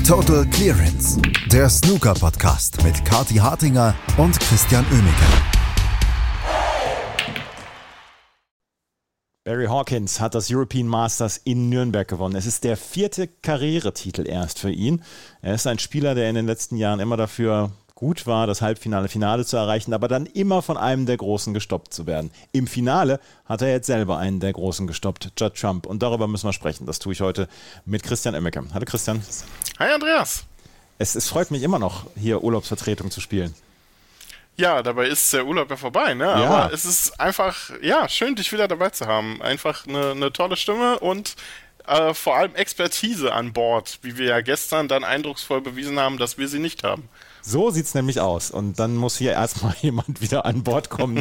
Total Clearance, der Snooker-Podcast mit Kathi Hartinger und Christian Oemeke. Barry Hawkins hat das European Masters in Nürnberg gewonnen. Es ist der 4. Karrieretitel erst für ihn. Er ist ein Spieler, der in den letzten Jahren immer dafür gut war, das Finale zu erreichen, aber dann immer von einem der Großen gestoppt zu werden. Im Finale hat er jetzt selber einen der Großen gestoppt, Judd Trump. Und darüber müssen wir sprechen. Das tue ich heute mit Christian Oemeke. Hallo Christian. Hi Andreas. Es freut mich immer noch, hier Urlaubsvertretung zu spielen. Ja, dabei ist der Urlaub ja vorbei, ne? Ja. Aber es ist einfach, schön, dich wieder dabei zu haben. Einfach eine tolle Stimme und vor allem Expertise an Bord, wie wir ja gestern dann eindrucksvoll bewiesen haben, dass wir sie nicht haben. So sieht es nämlich aus. Und dann muss hier erstmal jemand wieder an Bord kommen,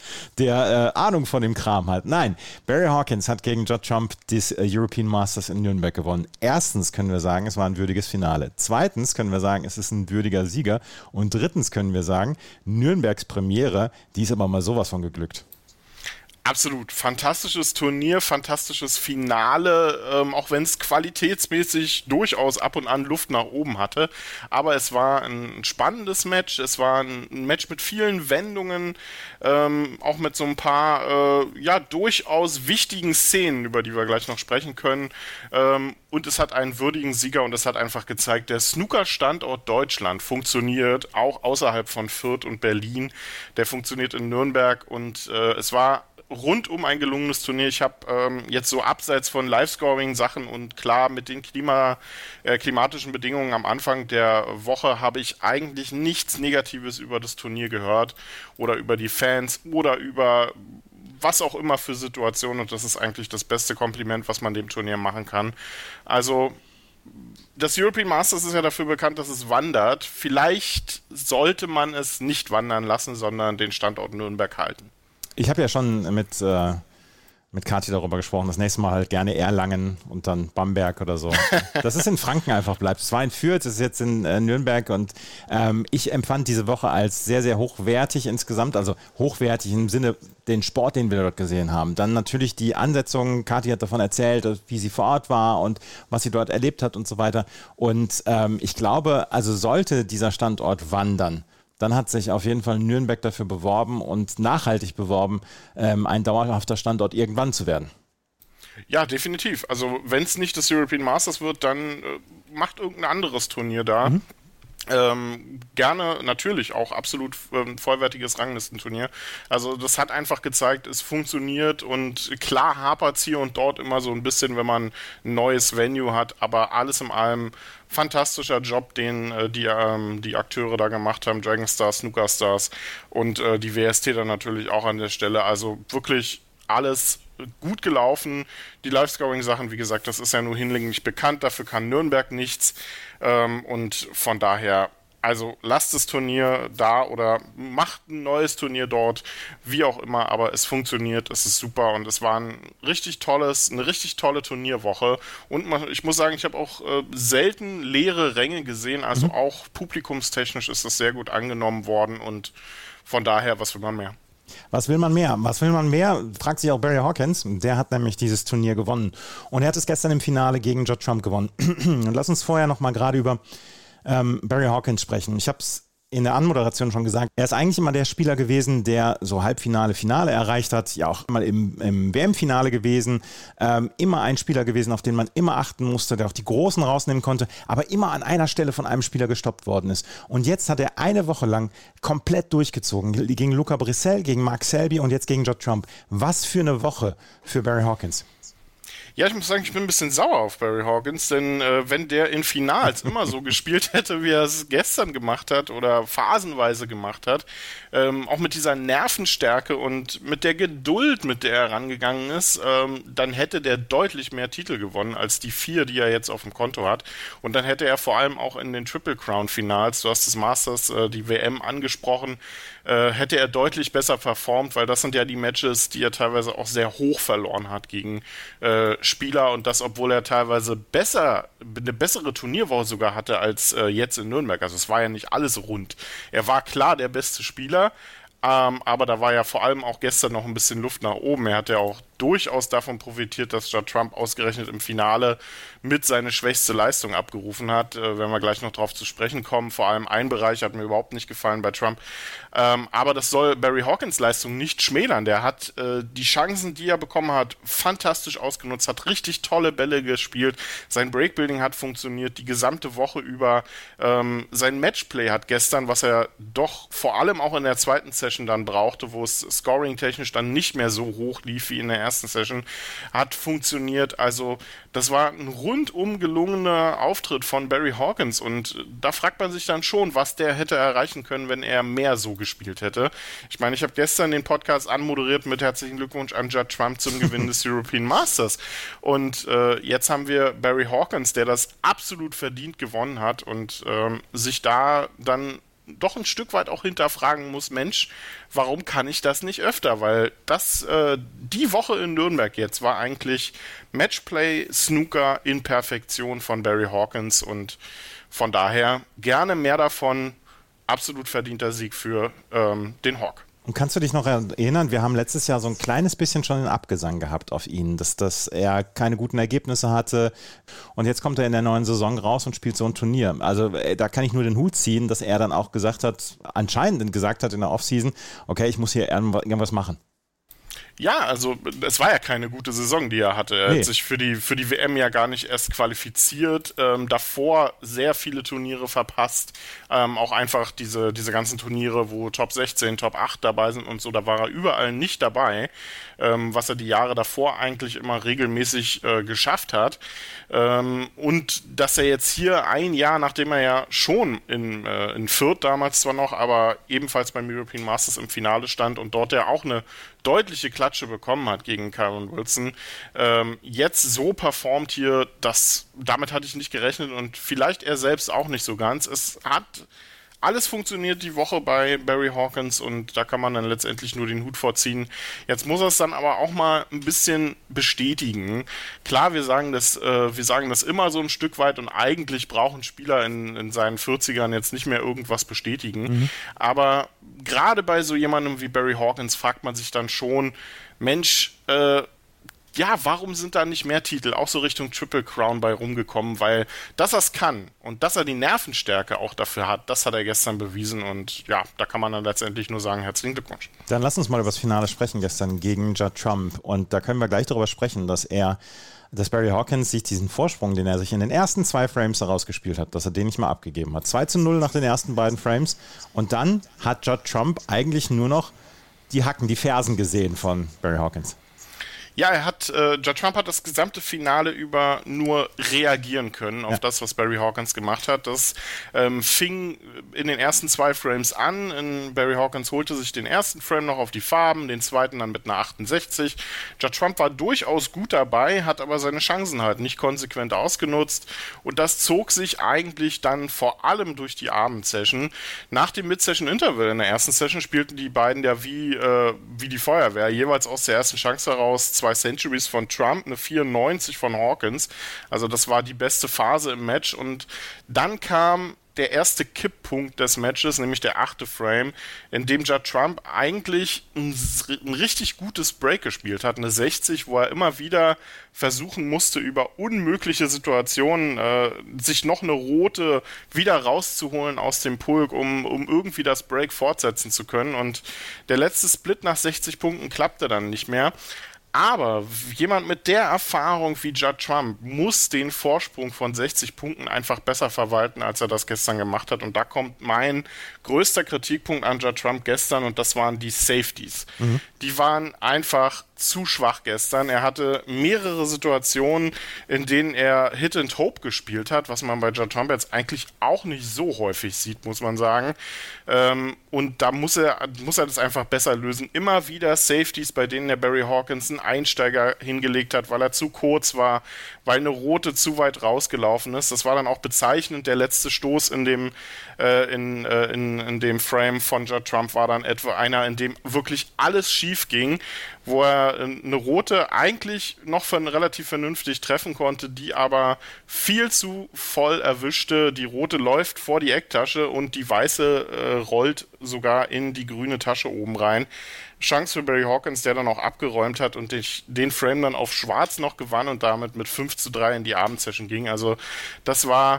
der Ahnung von dem Kram hat. Nein, Barry Hawkins hat gegen Judd Trump das European Masters in Nürnberg gewonnen. Erstens können wir sagen, es war ein würdiges Finale. Zweitens können wir sagen, es ist ein würdiger Sieger. Und drittens können wir sagen, Nürnbergs Premiere, die ist aber mal sowas von geglückt. Absolut. Fantastisches Turnier, fantastisches Finale, auch wenn es qualitätsmäßig durchaus ab und an Luft nach oben hatte. Aber es war ein spannendes Match, es war ein Match mit vielen Wendungen, auch mit so ein paar durchaus wichtigen Szenen, über die wir gleich noch sprechen können. Und es hat einen würdigen Sieger und es hat einfach gezeigt, der Snooker-Standort Deutschland funktioniert, auch außerhalb von Fürth und Berlin. Der funktioniert in Nürnberg und es war rundum ein gelungenes Turnier. Ich habe jetzt so abseits von Live-Scoring-Sachen und klar mit den klimatischen Bedingungen am Anfang der Woche habe ich eigentlich nichts Negatives über das Turnier gehört oder über die Fans oder über was auch immer für Situationen und das ist eigentlich das beste Kompliment, was man dem Turnier machen kann. Also das European Masters ist ja dafür bekannt, dass es wandert. Vielleicht sollte man es nicht wandern lassen, sondern den Standort Nürnberg halten. Ich habe ja schon mit Kathi darüber gesprochen, das nächste Mal halt gerne Erlangen und dann Bamberg oder so. Dass es in Franken einfach bleibt. Es war in Fürth, es ist jetzt in Nürnberg und ich empfand diese Woche als sehr, sehr hochwertig insgesamt, also hochwertig im Sinne den Sport, den wir dort gesehen haben. Dann natürlich die Ansetzungen, Kathi hat davon erzählt, wie sie vor Ort war und was sie dort erlebt hat und so weiter. Und ich glaube, also sollte dieser Standort wandern, dann hat sich auf jeden Fall Nürnberg dafür beworben und nachhaltig beworben, ein dauerhafter Standort irgendwann zu werden. Ja, definitiv. Also wenn es nicht das European Masters wird, dann macht irgendein anderes Turnier da. Gerne natürlich auch absolut vollwertiges Ranglistenturnier. Also das hat einfach gezeigt, es funktioniert und klar hapert es hier und dort immer so ein bisschen, wenn man ein neues Venue hat, aber alles in allem fantastischer Job, den die Akteure da gemacht haben, Dragon Stars, Snooker Stars und die WST dann natürlich auch an der Stelle. Also wirklich alles gut gelaufen. Die Live-Scoring-Sachen, wie gesagt, das ist ja nur hinlänglich bekannt, dafür kann Nürnberg nichts und von daher, also lasst das Turnier da oder macht ein neues Turnier dort, wie auch immer, aber es funktioniert, es ist super und es war eine richtig tolle Turnierwoche und ich muss sagen, ich habe auch selten leere Ränge gesehen, also auch publikumstechnisch ist das sehr gut angenommen worden und von daher, was will man mehr? Was will man mehr? Was will man mehr? Fragt sich auch Barry Hawkins. Der hat nämlich dieses Turnier gewonnen. Und er hat es gestern im Finale gegen Judd Trump gewonnen. Und lass uns vorher noch mal gerade über Barry Hawkins sprechen. Ich habe es in der Anmoderation schon gesagt, er ist eigentlich immer der Spieler gewesen, der so Halbfinale, Finale erreicht hat, ja auch mal im WM-Finale gewesen, immer ein Spieler gewesen, auf den man immer achten musste, der auch die Großen rausnehmen konnte, aber immer an einer Stelle von einem Spieler gestoppt worden ist. Und jetzt hat er eine Woche lang komplett durchgezogen, gegen Luca Brissell, gegen Mark Selby und jetzt gegen Judd Trump. Was für eine Woche für Barry Hawkins. Ja, ich muss sagen, ich bin ein bisschen sauer auf Barry Hawkins, denn wenn der in Finals immer so gespielt hätte, wie er es gestern gemacht hat oder phasenweise gemacht hat, auch mit dieser Nervenstärke und mit der Geduld, mit der er rangegangen ist, dann hätte der deutlich mehr Titel gewonnen als die 4, die er jetzt auf dem Konto hat. Und dann hätte er vor allem auch in den Triple Crown Finals, du hast das Masters, die WM angesprochen, hätte er deutlich besser performt, weil das sind ja die Matches, die er teilweise auch sehr hoch verloren hat gegen Spieler und das, obwohl er teilweise eine bessere Turnierwoche sogar hatte als jetzt in Nürnberg. Also es war ja nicht alles rund. Er war klar der beste Spieler, aber da war ja vor allem auch gestern noch ein bisschen Luft nach oben. Er hat ja auch durchaus davon profitiert, dass Judd Trump ausgerechnet im Finale mit seine schwächste Leistung abgerufen hat. Wenn wir gleich noch drauf zu sprechen kommen. Vor allem ein Bereich hat mir überhaupt nicht gefallen bei Trump. Aber das soll Barry Hawkins Leistung nicht schmälern. Der hat die Chancen, die er bekommen hat, fantastisch ausgenutzt, hat richtig tolle Bälle gespielt. Sein Breakbuilding hat funktioniert die gesamte Woche über. Sein Matchplay hat gestern, was er doch vor allem auch in der zweiten Session dann brauchte, wo es scoring-technisch dann nicht mehr so hoch lief wie in der ersten Session, hat funktioniert. Also das war ein rundum gelungener Auftritt von Barry Hawkins und da fragt man sich dann schon, was der hätte erreichen können, wenn er mehr so gespielt hätte. Ich meine, ich habe gestern den Podcast anmoderiert mit herzlichen Glückwunsch an Judd Trump zum Gewinn des European Masters und jetzt haben wir Barry Hawkins, der das absolut verdient gewonnen hat und sich da dann doch ein Stück weit auch hinterfragen muss, Mensch, warum kann ich das nicht öfter? Weil die Woche in Nürnberg jetzt war eigentlich Matchplay, Snooker in Perfektion von Barry Hawkins und von daher gerne mehr davon. Absolut verdienter Sieg für den Hawk. Und kannst du dich noch erinnern, wir haben letztes Jahr so ein kleines bisschen schon einen Abgesang gehabt auf ihn, dass er keine guten Ergebnisse hatte und jetzt kommt er in der neuen Saison raus und spielt so ein Turnier. Also da kann ich nur den Hut ziehen, dass er dann auch anscheinend gesagt hat in der Offseason, okay, ich muss hier irgendwas machen. Ja, also es war ja keine gute Saison, die er hatte. Er hat sich für die WM ja gar nicht erst qualifiziert. Davor sehr viele Turniere verpasst. Auch einfach diese ganzen Turniere, wo Top 16, Top 8 dabei sind und so, da war er überall nicht dabei, was er die Jahre davor eigentlich immer regelmäßig geschafft hat. Und dass er jetzt hier ein Jahr, nachdem er ja schon in Fürth damals zwar noch, aber ebenfalls beim European Masters im Finale stand und dort ja auch eine deutliche Klatsche bekommen hat gegen Kyron Wilson, jetzt so performt hier, damit hatte ich nicht gerechnet und vielleicht er selbst auch nicht so ganz. Es hat alles funktioniert die Woche bei Barry Hawkins und da kann man dann letztendlich nur den Hut vorziehen. Jetzt muss er es dann aber auch mal ein bisschen bestätigen. Klar, wir sagen das immer so ein Stück weit und eigentlich brauchen Spieler in seinen 40ern jetzt nicht mehr irgendwas bestätigen. Aber gerade bei so jemandem wie Barry Hawkins fragt man sich dann schon, Mensch, warum sind da nicht mehr Titel, auch so Richtung Triple Crown bei rumgekommen, weil dass er es kann und dass er die Nervenstärke auch dafür hat, das hat er gestern bewiesen und ja, da kann man dann letztendlich nur sagen, herzlichen Glückwunsch. Dann lass uns mal über das Finale sprechen gestern gegen Judd Trump und da können wir gleich darüber sprechen, dass Barry Hawkins sich diesen Vorsprung, den er sich in den ersten 2 Frames herausgespielt hat, dass er den nicht mal abgegeben hat. 2-0 nach den ersten beiden Frames und dann hat Judd Trump eigentlich nur noch die Fersen gesehen von Barry Hawkins. Ja, Judd Trump hat das gesamte Finale über nur reagieren können auf das, was Barry Hawkins gemacht hat. Das fing in den ersten 2 Frames an. Barry Hawkins holte sich den ersten Frame noch auf die Farben, den zweiten dann mit einer 68. Judd Trump war durchaus gut dabei, hat aber seine Chancen halt nicht konsequent ausgenutzt und das zog sich eigentlich dann vor allem durch die Abendsession. Nach dem Mid-Session-Interval in der ersten Session spielten die beiden ja wie die Feuerwehr, jeweils aus der ersten Chance heraus 2 Centuries von Trump, eine 94 von Hawkins. Also das war die beste Phase im Match und dann kam der erste Kipppunkt des Matches, nämlich der 8. Frame, in dem Judd Trump eigentlich ein richtig gutes Break gespielt hat, eine 60, wo er immer wieder versuchen musste, über unmögliche Situationen sich noch eine rote wieder rauszuholen aus dem Pulk, um irgendwie das Break fortsetzen zu können und der letzte Split nach 60 Punkten klappte dann nicht mehr. Aber jemand mit der Erfahrung wie Judd Trump muss den Vorsprung von 60 Punkten einfach besser verwalten, als er das gestern gemacht hat. Und da kommt mein größter Kritikpunkt an Judd Trump gestern und das waren die Safeties. Die waren einfach zu schwach gestern. Er hatte mehrere Situationen, in denen er Hit and Hope gespielt hat, was man bei Judd Trump jetzt eigentlich auch nicht so häufig sieht, muss man sagen. Und da muss er das einfach besser lösen. Immer wieder Safeties, bei denen der Barry Hawkins einen Einsteiger hingelegt hat, weil er zu kurz war, weil eine rote zu weit rausgelaufen ist. Das war dann auch bezeichnend. Der letzte Stoß in dem Frame von Judd Trump war dann etwa einer, in dem wirklich alles schief ging, wo er eine rote eigentlich noch relativ vernünftig treffen konnte, die aber viel zu voll erwischte. Die rote läuft vor die Ecktasche und die weiße rollt sogar in die grüne Tasche oben rein. Chance für Barry Hawkins, der dann auch abgeräumt hat und den Frame dann auf schwarz noch gewann und damit mit 5:3 in die Abendsession ging. Also das war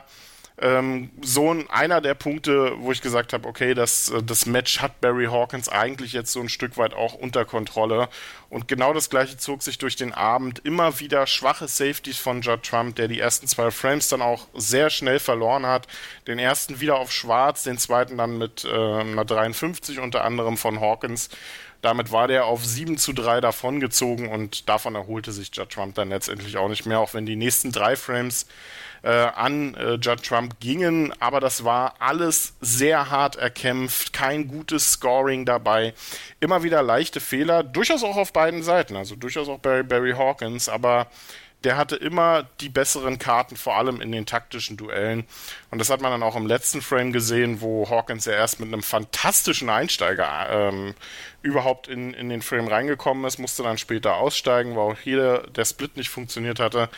einer der Punkte, wo ich gesagt habe, okay, das Match hat Barry Hawkins eigentlich jetzt so ein Stück weit auch unter Kontrolle. Und genau das Gleiche zog sich durch den Abend. Immer wieder schwache Safeties von Judd Trump, der die ersten 2 Frames dann auch sehr schnell verloren hat. Den ersten wieder auf schwarz, den zweiten dann mit einer 53 unter anderem von Hawkins. Damit war der auf 7:3 davongezogen und davon erholte sich Judd Trump dann letztendlich auch nicht mehr, auch wenn die nächsten 3 Frames an Judd Trump gingen, aber das war alles sehr hart erkämpft, kein gutes Scoring dabei, immer wieder leichte Fehler, durchaus auch auf beiden Seiten, also durchaus auch Barry Hawkins, aber der hatte immer die besseren Karten, vor allem in den taktischen Duellen. Und das hat man dann auch im letzten Frame gesehen, wo Hawkins ja erst mit einem fantastischen Einsteiger überhaupt in den Frame reingekommen ist, musste dann später aussteigen, weil auch hier der Split nicht funktioniert hatte.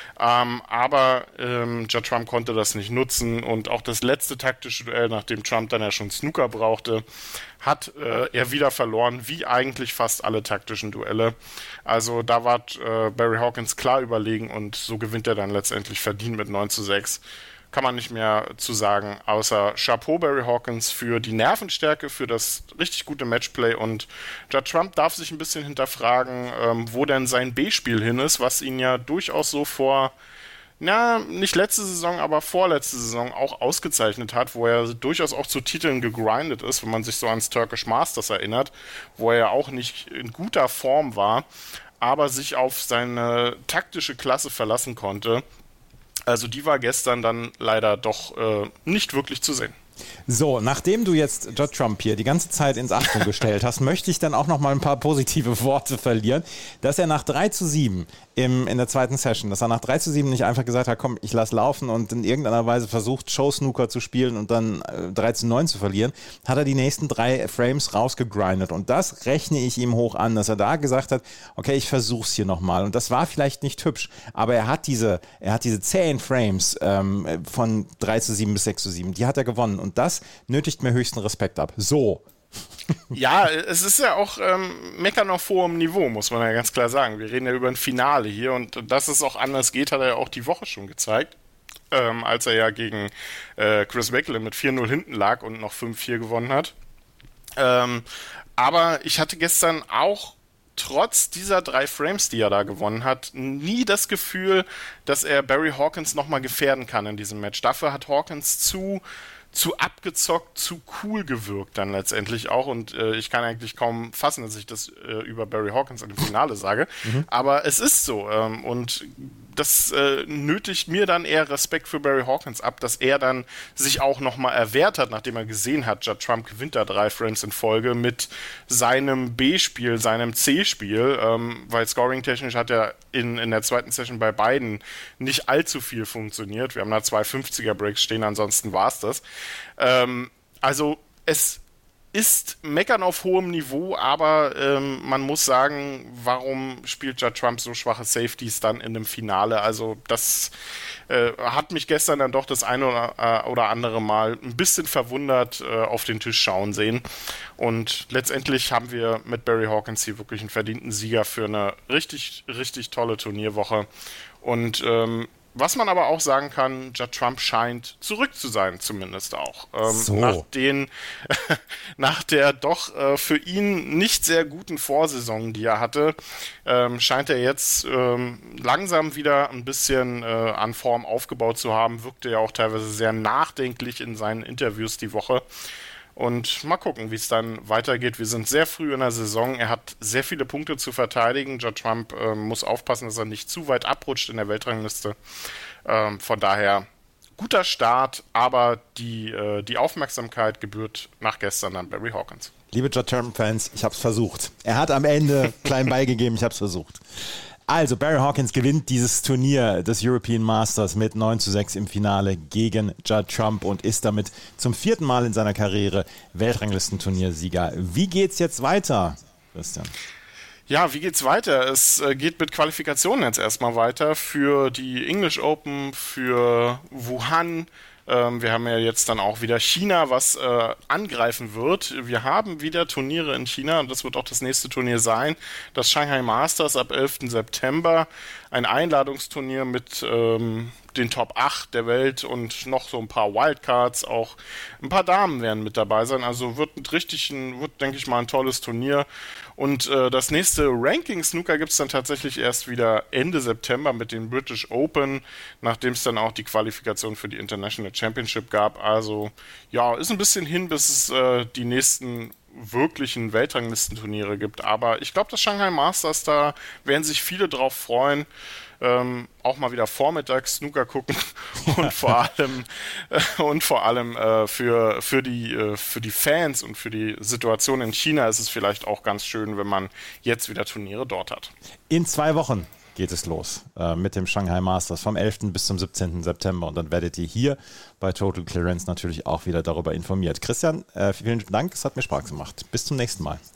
Aber Judd Trump konnte das nicht nutzen und auch das letzte taktische Duell, nachdem Trump dann ja schon Snooker brauchte, hat er wieder verloren, wie eigentlich fast alle taktischen Duelle. Also da war Barry Hawkins klar überlegen und so gewinnt er dann letztendlich verdient mit 9:6. Kann man nicht mehr zu sagen, außer Chapeau Barry Hawkins für die Nervenstärke, für das richtig gute Matchplay und Judd Trump darf sich ein bisschen hinterfragen, wo denn sein B-Spiel hin ist, was ihn ja durchaus so nicht letzte Saison, aber vorletzte Saison auch ausgezeichnet hat, wo er durchaus auch zu Titeln gegrindet ist, wenn man sich so ans Turkish Masters erinnert, wo er ja auch nicht in guter Form war, aber sich auf seine taktische Klasse verlassen konnte. Also die war gestern dann leider doch nicht wirklich zu sehen. So, nachdem du jetzt Judd Trump hier die ganze Zeit ins Achtung gestellt hast, möchte ich dann auch noch mal ein paar positive Worte verlieren, dass er nach 3:7 in der zweiten Session, dass er nach 3:7 nicht einfach gesagt hat, komm, ich lass laufen und in irgendeiner Weise versucht, Show-Snooker zu spielen und dann 3:9 zu verlieren, hat er die nächsten 3 Frames rausgegrindet und das rechne ich ihm hoch an, dass er da gesagt hat, okay, ich versuch's hier nochmal und das war vielleicht nicht hübsch, aber er hat diese 10 Frames von 3:7 bis 6:7, die hat er gewonnen und das nötigt mir höchsten Respekt ab. So. Ja, es ist ja auch Meckern auf hohem Niveau, muss man ja ganz klar sagen. Wir reden ja über ein Finale hier und dass es auch anders geht, hat er ja auch die Woche schon gezeigt, als er ja gegen Chris Wakelin mit 4:0 hinten lag und noch 5:4 gewonnen hat. Aber ich hatte gestern auch trotz dieser 3 Frames, die er da gewonnen hat, nie das Gefühl, dass er Barry Hawkins nochmal gefährden kann in diesem Match. Dafür hat Hawkins zu abgezockt, zu cool gewirkt dann letztendlich auch und ich kann eigentlich kaum fassen, dass ich das über Barry Hawkins im Finale sage, aber es ist so und das nötigt mir dann eher Respekt für Barry Hawkins ab, dass er dann sich auch nochmal erwehrt hat, nachdem er gesehen hat, Judd Trump gewinnt da 3 Frames in Folge mit seinem B-Spiel, seinem C-Spiel, weil scoring-technisch hat er in der zweiten Session bei beiden nicht allzu viel funktioniert. Wir haben da 2 50er-Breaks stehen, ansonsten war es das. Also es ist Meckern auf hohem Niveau, aber man muss sagen, warum spielt Judd Trump so schwache Safeties dann in einem Finale? Also das hat mich gestern dann doch das eine oder andere Mal ein bisschen verwundert auf den Tisch schauen sehen. Und letztendlich haben wir mit Barry Hawkins hier wirklich einen verdienten Sieger für eine richtig, richtig tolle Turnierwoche. Und was man aber auch sagen kann, Judd Trump scheint zurück zu sein, zumindest auch. Nach der doch für ihn nicht sehr guten Vorsaison, die er hatte, scheint er jetzt langsam wieder ein bisschen an Form aufgebaut zu haben. Wirkte ja auch teilweise sehr nachdenklich in seinen Interviews die Woche. Und mal gucken, wie es dann weitergeht. Wir sind sehr früh in der Saison. Er hat sehr viele Punkte zu verteidigen. Judd Trump muss aufpassen, dass er nicht zu weit abrutscht in der Weltrangliste. Von daher guter Start, aber die Aufmerksamkeit gebührt nach gestern an Barry Hawkins. Liebe Judd Trump-Fans, ich habe es versucht. Er hat am Ende klein beigegeben, ich habe es versucht. Also, Barry Hawkins gewinnt dieses Turnier des European Masters mit 9:6 im Finale gegen Judd Trump und ist damit zum 4. Mal in seiner Karriere Weltranglistenturniersieger. Wie geht's jetzt weiter, Christian? Ja, wie geht's weiter? Es geht mit Qualifikationen jetzt erstmal weiter für die English Open, für Wuhan. Wir haben ja jetzt dann auch wieder China, was angreifen wird. Wir haben wieder Turniere in China und das wird auch das nächste Turnier sein. Das Shanghai Masters ab 11. September. Ein Einladungsturnier mit den Top 8 der Welt und noch so ein paar Wildcards. Auch ein paar Damen werden mit dabei sein. Also wird denke ich mal, ein tolles Turnier. Und das nächste Ranking-Snooker gibt es dann tatsächlich erst wieder Ende September mit den British Open, nachdem es dann auch die Qualifikation für die International Championship gab. Also ja, ist ein bisschen hin, bis es die nächsten wirklichen Weltranglistenturniere gibt. Aber ich glaube, das Shanghai Masters, da werden sich viele drauf freuen. Auch mal wieder vormittags Snooker gucken und vor allem für die Fans und für die Situation in China ist es vielleicht auch ganz schön, wenn man jetzt wieder Turniere dort hat. In 2 Wochen geht es los mit dem Shanghai Masters vom 11. bis zum 17. September und dann werdet ihr hier bei Total Clearance natürlich auch wieder darüber informiert. Christian, vielen Dank, es hat mir Spaß gemacht. Bis zum nächsten Mal.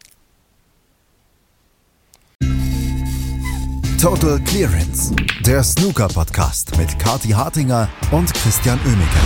Total Clearance, der Snooker-Podcast mit Kathi Hartinger und Christian Oemeke.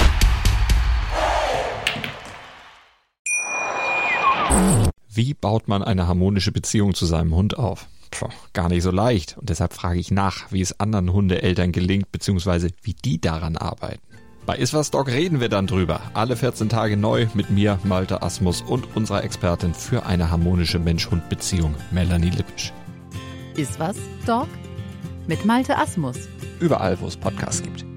Wie baut man eine harmonische Beziehung zu seinem Hund auf? Gar nicht so leicht. Und deshalb frage ich nach, wie es anderen Hundeeltern gelingt, beziehungsweise wie die daran arbeiten. Bei Iswas Dog reden wir dann drüber. Alle 14 Tage neu mit mir, Malte Asmus und unserer Expertin für eine harmonische Mensch-Hund-Beziehung, Melanie Lippisch. Iswas Dog mit Malte Asmus. Überall, wo es Podcasts gibt.